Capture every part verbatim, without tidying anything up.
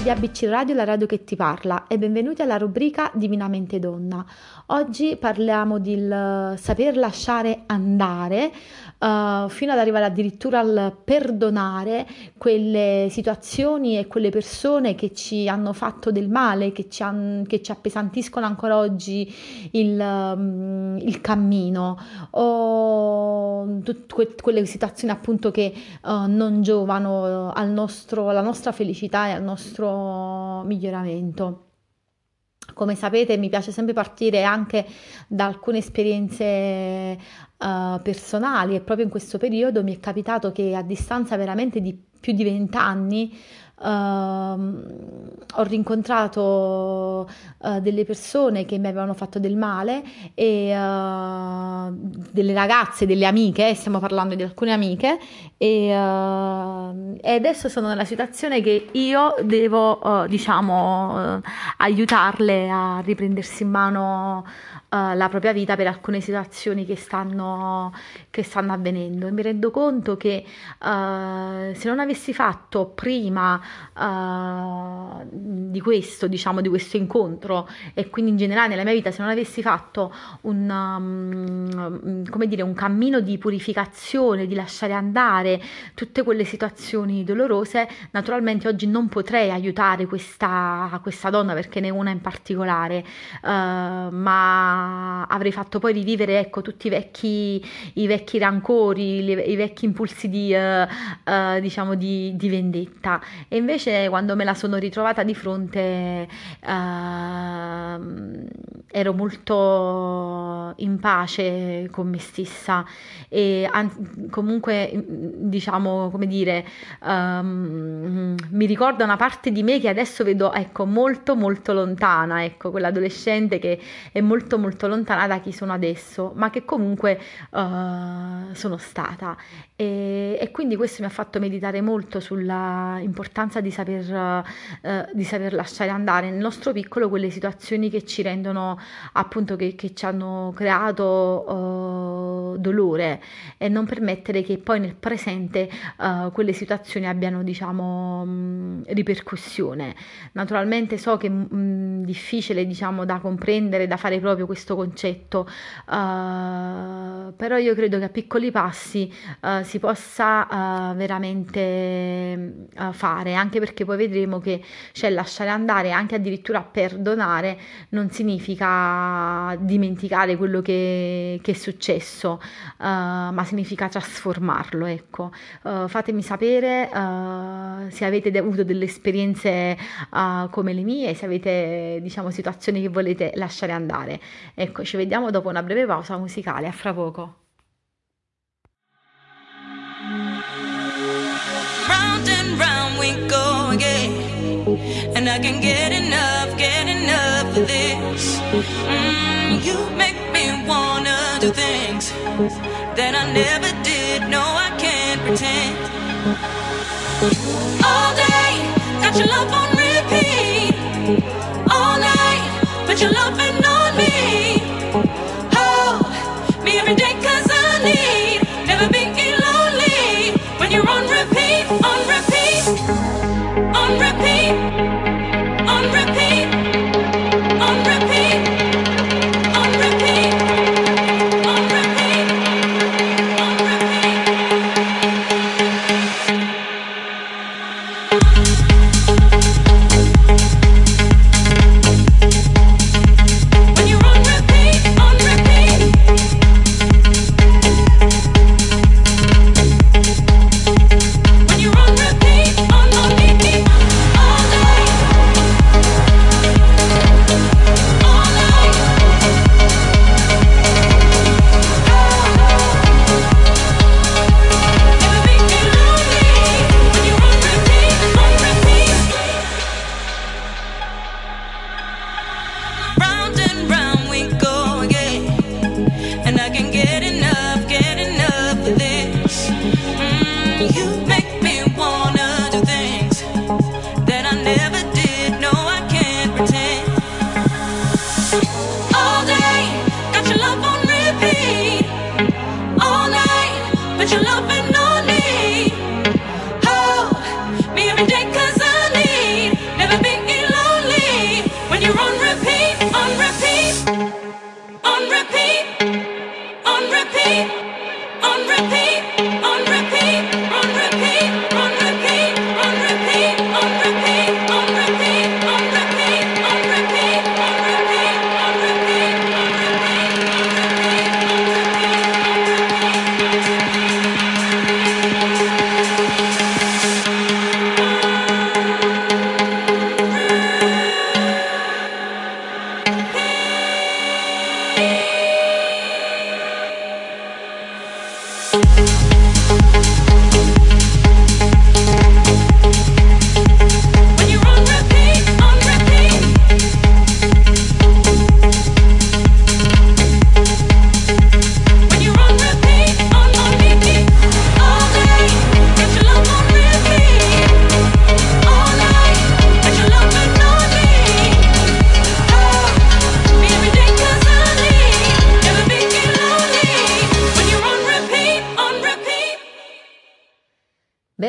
di A B C Radio, la radio che ti parla, e benvenuti alla rubrica Divinamente Donna. Oggi parliamo del saper lasciare andare, uh, fino ad arrivare addirittura al perdonare quelle situazioni e quelle persone che ci hanno fatto del male, che ci, han- che ci appesantiscono ancora oggi il, um, il cammino, o tutte que- quelle situazioni appunto che uh, non giovano al nostro, alla nostra felicità e al nostro miglioramento. Come sapete, mi piace sempre partire anche da alcune esperienze eh, personali, e proprio in questo periodo mi è capitato che, a distanza veramente di più di vent'anni, ehm, ho rincontrato eh, delle persone che mi avevano fatto del male, e eh, delle ragazze, delle amiche, eh, stiamo parlando di alcune amiche, e, eh, e adesso sono nella situazione che io devo, eh, diciamo, eh, aiutarle a riprendersi in mano eh, la propria vita per alcune situazioni che stanno, che stanno avvenendo. E mi rendo conto che eh, se non avessi fatto prima eh, di questo, diciamo, di questo incontro, e quindi in generale nella mia vita, se non avessi fatto un, um, come dire, un cammino di purificazione, di lasciare andare tutte quelle situazioni dolorose, naturalmente oggi non potrei aiutare questa, questa donna, perché ne è una in particolare, eh, ma avrei fatto poi rivivere, ecco, tutti i vecchi, i vecchi rancori, i, i vecchi impulsi di, eh, eh, diciamo, di, di vendetta. E invece, quando me la sono ritrovata di fronte, ehm, ero molto in pace con me stessa, e an- comunque, diciamo, come dire, ehm, mi ricorda una parte di me che adesso vedo, ecco, molto molto lontana, ecco, quell'adolescente che è molto molto lontana da chi sono adesso, ma che comunque eh, sono stata. E, e quindi questo mi ha fatto meditare molto sulla importanza di saper, eh, di saper lasciare andare nel nostro piccolo quelle situazioni che ci rendono, appunto, che, che ci hanno creato eh, dolore, e non permettere che poi nel presente eh, quelle situazioni abbiano, diciamo, mh, ripercussione. Naturalmente so che è mh, difficile, diciamo, da comprendere, da fare proprio questo concetto, eh, però io credo che a piccoli passi eh, si possa eh, veramente eh, fare, anche perché poi vedremo che, cioè, lasciare andare, anche addirittura perdonare, non significa dimenticare quello che, che è successo, eh, ma significa trasformarlo, ecco. Eh, fatemi sapere eh, se avete de- avuto delle esperienze eh, come le mie, se avete, diciamo, situazioni che volete lasciare andare. Ecco, ci vediamo dopo una breve pausa musicale, a fra poco. Round and round we go again, and I can get enough, get enough of this. Mm, you make me wanna do things that I never did. No, I can't pretend. All day, got your love on repeat. All night, put your loving on me. Hold me every day, 'cause I need never being lonely when you're on repeat, on repeat, on repeat, on repeat, on repeat, on repeat, on repeat, on repeat.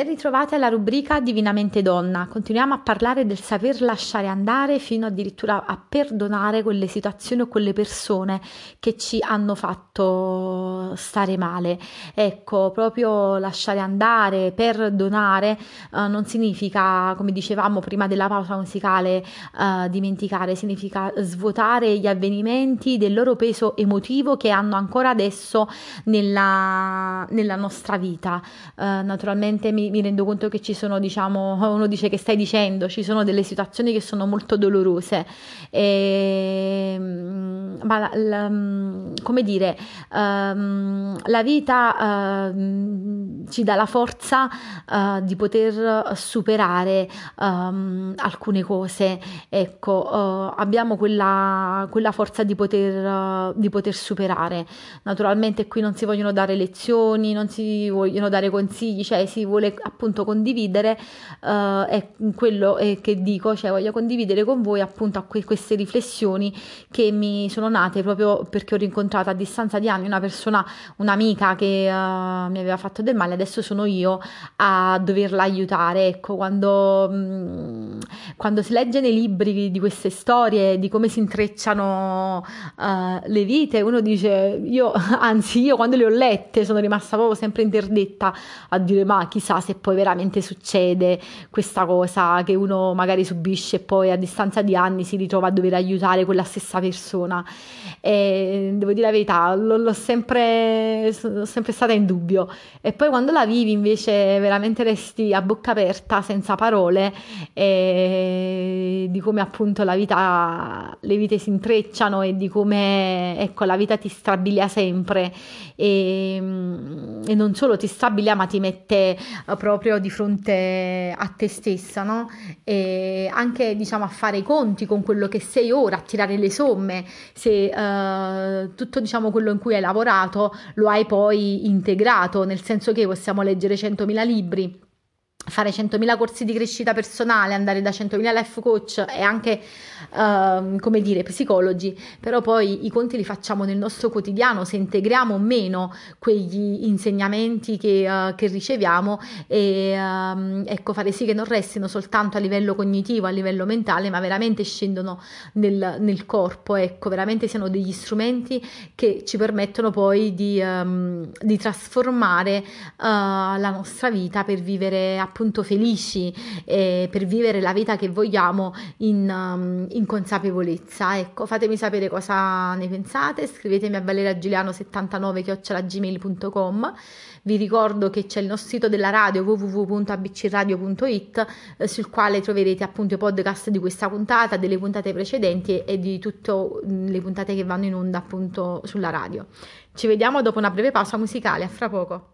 Ben ritrovate alla rubrica Divinamente Donna. Continuiamo a parlare del saper lasciare andare fino addirittura a perdonare quelle situazioni o quelle persone che ci hanno fatto stare male. Ecco, proprio lasciare andare, perdonare, eh, non significa, come dicevamo prima della pausa musicale, eh, dimenticare, significa svuotare gli avvenimenti del loro peso emotivo che hanno ancora adesso nella, nella nostra vita. Eh, naturalmente mi, mi rendo conto che ci sono, diciamo, uno dice che stai dicendo, ci sono delle situazioni che sono molto dolorose, e, ma la, la, come dire, um, la vita uh, ci dà la forza uh, di poter superare um, alcune cose, ecco, uh, abbiamo quella, quella forza di poter, uh, di poter superare. Naturalmente qui non si vogliono dare lezioni, non si vogliono dare consigli, cioè si vuole appunto condividere, uh, è quello è che dico, cioè voglio condividere con voi appunto a que- queste riflessioni che mi sono nate proprio perché ho rincontrato a distanza di anni una persona, un'amica che uh, mi aveva fatto del male, adesso sono io a doverla aiutare. Ecco, quando, mh, quando si legge nei libri di queste storie, di come si intrecciano uh, le vite, uno dice, io anzi io quando le ho lette sono rimasta proprio sempre interdetta a dire ma chissà se poi veramente succede questa cosa che uno magari subisce e poi a distanza di anni si ritrova a dover aiutare quella stessa persona. E devo dire la verità, l'ho, l'ho sempre, sono sempre stata in dubbio, e poi quando la vivi invece veramente resti a bocca aperta senza parole, e di come appunto la vita, le vite si intrecciano e di come, ecco, la vita ti strabilia sempre, e, e non solo ti strabilia ma ti mette proprio di fronte a te stessa, no? E anche, diciamo, a fare i conti con quello che sei ora, a tirare le somme, se uh, tutto, diciamo, quello in cui hai lavorato lo hai poi integrato, nel senso che possiamo leggere centomila libri, fare centomila corsi di crescita personale, andare da centomila life coach e anche, uh, come dire, psicologi, però poi i conti li facciamo nel nostro quotidiano, se integriamo o meno quegli insegnamenti che, uh, che riceviamo, e um, ecco, fare sì che non restino soltanto a livello cognitivo, a livello mentale, ma veramente scendono nel, nel corpo, ecco, veramente siano degli strumenti che ci permettono poi di, um, di trasformare uh, la nostra vita per vivere appunto felici, e per vivere la vita che vogliamo in, um, in consapevolezza. Ecco, fatemi sapere cosa ne pensate, scrivetemi a valeragiuliano settantanove chiocciola gmail punto com. Vi ricordo che c'è il nostro sito della radio w w w punto a b c radio punto i t, eh, sul quale troverete appunto i podcast di questa puntata, delle puntate precedenti e di tutte le puntate che vanno in onda appunto sulla radio. Ci vediamo dopo una breve pausa musicale, a fra poco.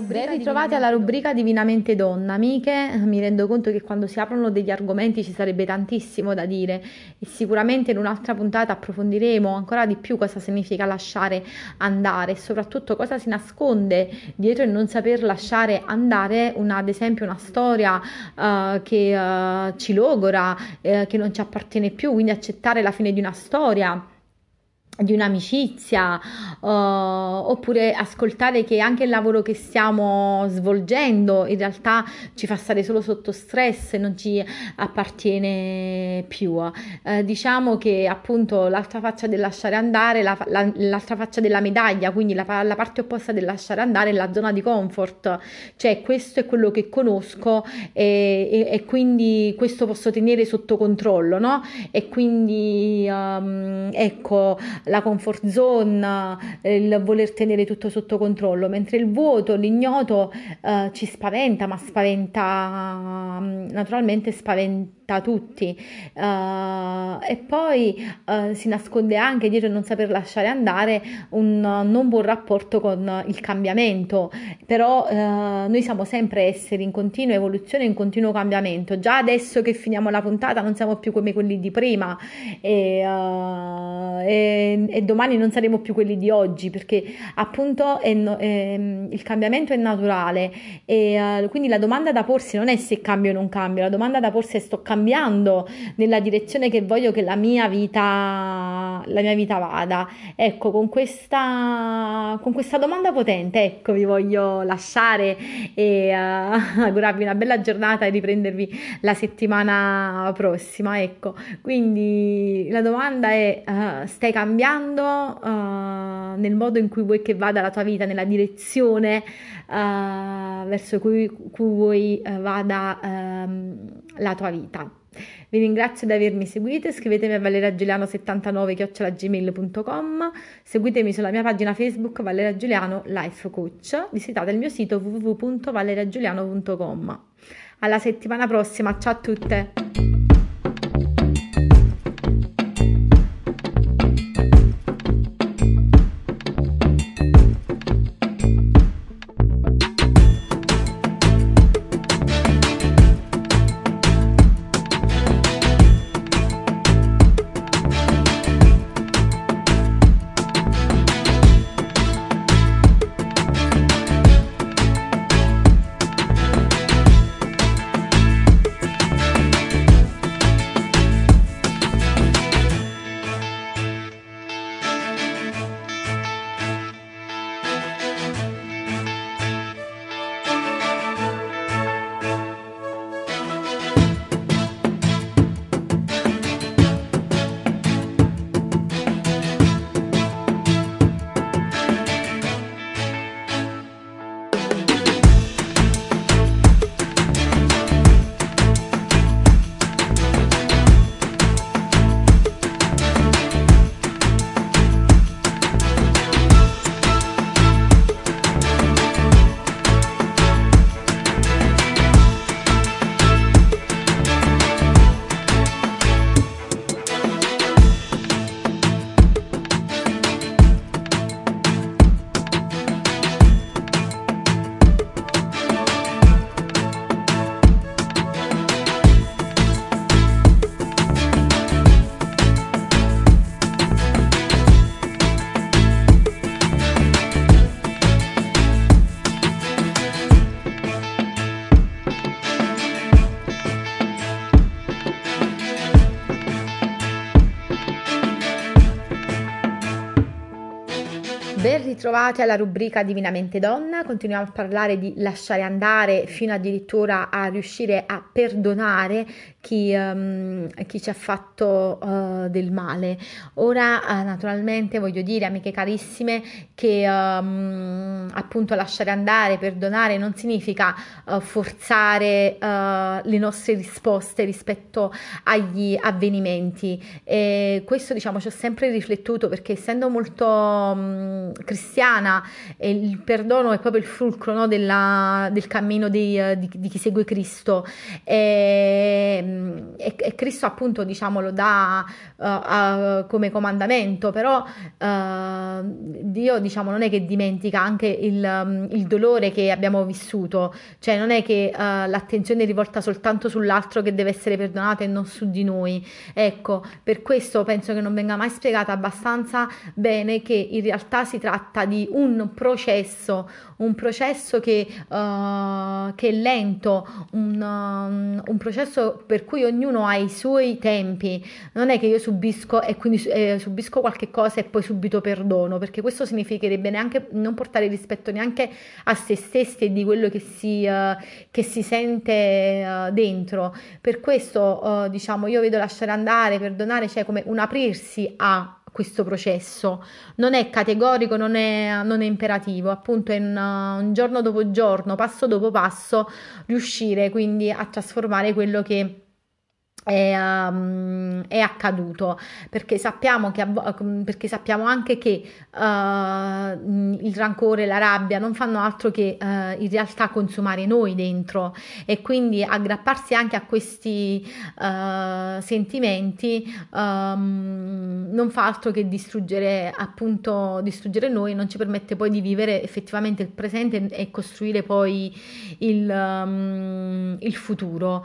Ben ritrovati alla rubrica Divinamente Donna, amiche. Mi rendo conto che quando si aprono degli argomenti ci sarebbe tantissimo da dire e sicuramente in un'altra puntata approfondiremo ancora di più cosa significa lasciare andare e soprattutto cosa si nasconde dietro il non saper lasciare andare, una, ad esempio una storia uh, che uh, ci logora, uh, che non ci appartiene più, quindi accettare la fine di una storia, di un'amicizia, uh, oppure ascoltare che anche il lavoro che stiamo svolgendo in realtà ci fa stare solo sotto stress e non ci appartiene più. Uh, diciamo che appunto l'altra faccia del lasciare andare, la, la, l'altra faccia della medaglia, quindi la, la parte opposta del lasciare andare è la zona di comfort, cioè questo è quello che conosco e, e, e quindi questo posso tenere sotto controllo, no? E quindi um, ecco, la comfort zone, il voler tenere tutto sotto controllo, mentre il vuoto, l'ignoto eh, ci spaventa, ma spaventa naturalmente spaventa tutti uh, e poi uh, si nasconde anche dietro il non saper lasciare andare un uh, non buon rapporto con il cambiamento, però uh, noi siamo sempre esseri in continua evoluzione, in continuo cambiamento. Già adesso che finiamo la puntata non siamo più come quelli di prima e, uh, e, e domani non saremo più quelli di oggi, perché appunto è, è, il cambiamento è naturale e uh, quindi la domanda da porsi non è se cambio o non cambio, la domanda da porsi è: sto cambiando cambiando nella direzione che voglio che la mia vita la mia vita vada? Ecco, con questa con questa domanda potente, ecco, vi voglio lasciare e uh, augurarvi una bella giornata e riprendervi la settimana prossima. Ecco, quindi la domanda è: uh, stai cambiando uh, nel modo in cui vuoi che vada la tua vita, nella direzione uh, verso cui, cui vuoi uh, vada um, la tua vita. Vi ringrazio di avermi seguito, scrivetemi a valeriagiuliano settantanove chiocciola gmail punto com, seguitemi sulla mia pagina Facebook Valeria Giuliano Life Coach, visitate il mio sito w w w punto valeriagiuliano punto com. Alla settimana prossima, ciao a tutte! Ben ritrovati alla rubrica Divinamente Donna, continuiamo a parlare di lasciare andare fino addirittura a riuscire a perdonare chi, um, chi ci ha fatto uh, del male. Ora uh, naturalmente voglio dire, amiche carissime, che um, appunto lasciare andare, perdonare non significa uh, forzare uh, le nostre risposte rispetto agli avvenimenti, e questo diciamo ci ho sempre riflettuto, perché essendo molto um, cristiana cristiana, e il perdono è proprio il fulcro, no, della- del cammino dei- eh, di, di chi segue Cristo. E, e- e Cristo appunto, diciamo, lo dà eh, a- come comandamento, però eh, Dio, diciamo, non è che dimentica anche il, um, il dolore che abbiamo vissuto, cioè non è che eh, l'attenzione è rivolta soltanto sull'altro che deve essere perdonato e non su di noi. Ecco, per questo penso che non venga mai spiegata abbastanza bene che in realtà si tratta di un processo, un processo che, eh, che è lento, un, um, un processo per cui ognuno ha i suoi tempi. Non è che io subisco e quindi eh, subisco qualche cosa e poi subito perdono, perché questo significherebbe neanche non portare rispetto neanche a se stessi e di quello che si, eh, che si sente eh, dentro. Per questo, eh, diciamo, io vedo lasciare andare, perdonare, cioè come un aprirsi a questo processo. Non è categorico, non è, non è imperativo, appunto è un, un giorno dopo giorno, passo dopo passo, riuscire quindi a trasformare quello che è, um, è accaduto, perché sappiamo che a vo- perché sappiamo anche che uh, il rancore, la rabbia non fanno altro che uh, in realtà consumare noi dentro, e quindi aggrapparsi anche a questi uh, sentimenti um, non fa altro che distruggere, appunto distruggere noi, non ci permette poi di vivere effettivamente il presente e costruire poi il, um, il futuro.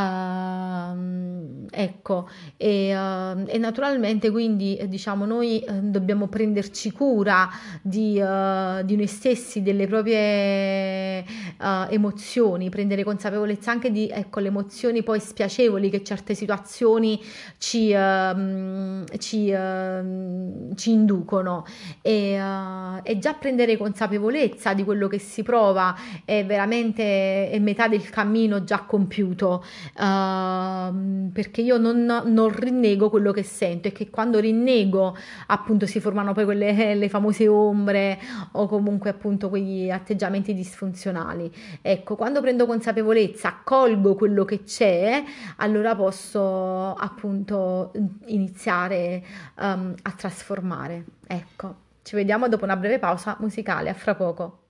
Uh, ecco, e, uh, e naturalmente quindi eh, diciamo noi eh, dobbiamo prenderci cura di, uh, di noi stessi, delle proprie uh, emozioni, prendere consapevolezza anche di, ecco, le emozioni poi spiacevoli che certe situazioni ci, uh, ci, uh, ci inducono, e, uh, e già prendere consapevolezza di quello che si prova è veramente è metà del cammino già compiuto. Uh, perché io non, non rinnego quello che sento, e che quando rinnego appunto si formano poi quelle le famose ombre, o comunque appunto quegli atteggiamenti disfunzionali. Ecco, quando prendo consapevolezza, accolgo quello che c'è, allora posso appunto iniziare um, a trasformare. Ecco, ci vediamo dopo una breve pausa musicale, a fra poco.